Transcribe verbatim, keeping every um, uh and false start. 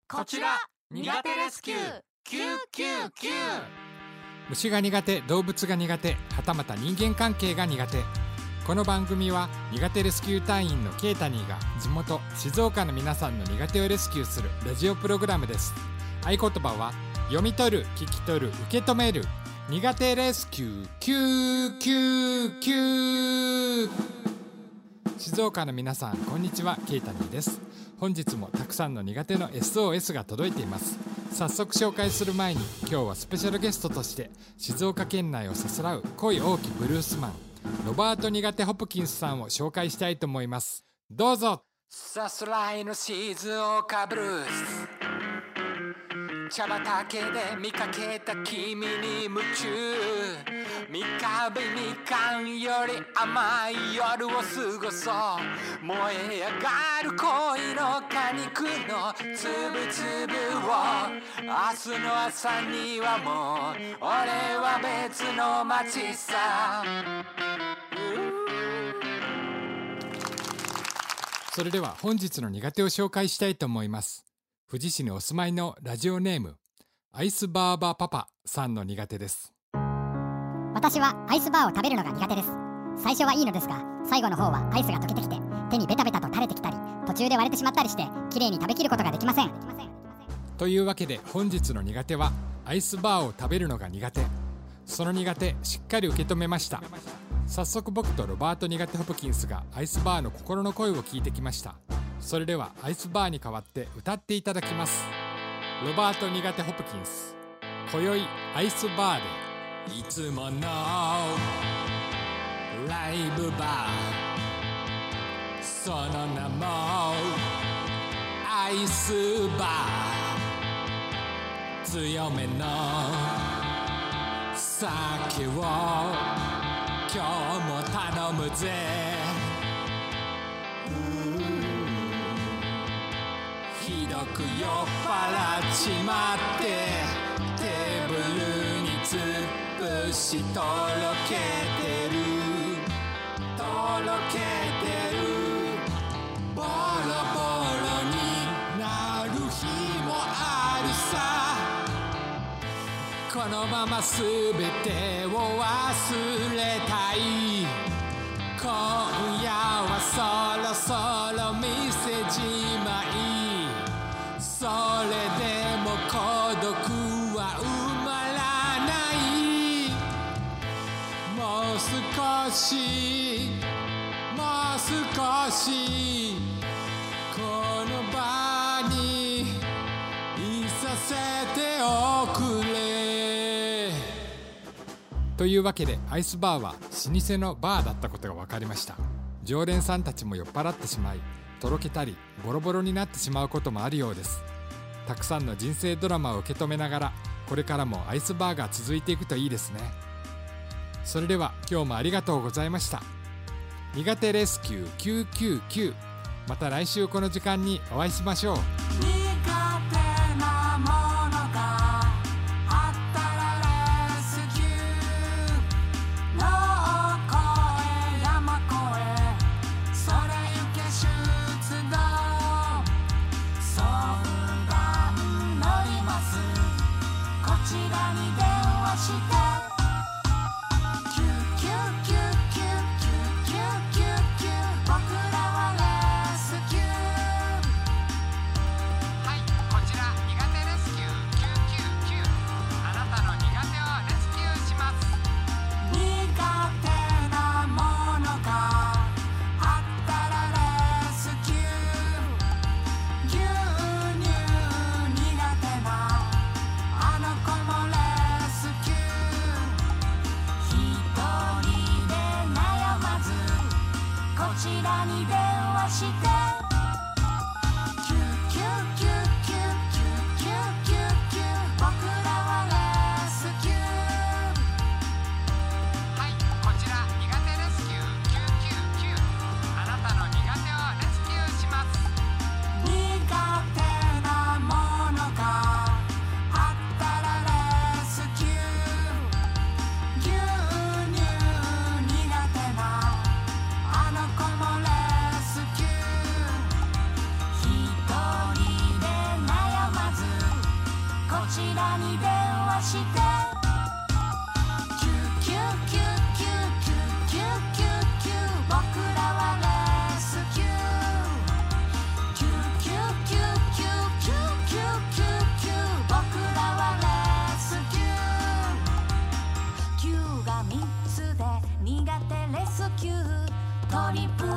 こちら苦手レスキューきゅうきゅうきゅう。 虫が苦手、動物が苦手、はたまた人間関係が苦手。この番組は苦手レスキュー隊員のケイタニーが地元静岡の皆さんの苦手をレスキューするラジオプログラムです。合言葉は読み取る、聞き取る、受け止める。苦手レスキューきゅうきゅうきゅう。静岡の皆さん、こんにちは。ケイタニーです。本日もたくさんの苦手の エスオーエス が届いています。早速紹介する前に、今日はスペシャルゲストとして静岡県内をさすらう恋多きブルースマンロバート苦手ホプキンスさんを紹介したいと思います。どうぞ。 さすらいの静岡ブルース、茶畑で見かけた君に夢中。三日日みかんより甘い夜を過ごそう。燃え上がる恋の果肉のつぶつぶを、明日の朝にはもう俺は別の街さ。 それでは本日の苦手を紹介したいと思います。富士市にお住まいのラジオネームアイスバーバパパさんの苦手です。 私はアイスバーを食べるのが苦手です。最初はいいのですが、最後の方はアイスが溶けてきて手にベタベタと垂れてきたり、途中で割れてしまったりして、きれいに食べきることができません。 というわけで本日の苦手はアイスバーを食べるのが苦手。その苦手しっかり受け止めました。早速僕とロバート苦手ホプキンスがアイスバーの心の声を聞いてきました。それではアイスバーに代わって歌っていただきます。ロバート苦手ホプキンス、今宵アイスバーで。いつものライブバー、その名もアイスバー。強めの酒を今日も頼むぜ。ひどく酔っ払っちまってテーブルにつぶしとろけてるとろけてる。ボロボロになる日もあるさ。このまま全てを忘れたい。今夜はそろそろ店じまい。それでも孤独は埋まらない。もう少しもう少しこの場にいさせておくれ。というわけでアイスバーは老舗のバーだったことが分かりました。常連さんたちも酔っ払ってしまい、とろけたりボロボロになってしまうこともあるようです。たくさんの人生ドラマを受け止めながら、これからもアイスバーが続いていくといいですね。それでは今日もありがとうございました。苦手レスキューきゅうきゅうきゅう。また来週この時間にお会いしましょう。 ちらに電話してキューキューキューキューキューキューキューキュー僕らはレスキューキューキューキューキューキューキューキューキュー僕らはレスキューキューがみっつで苦手レスキュートリプ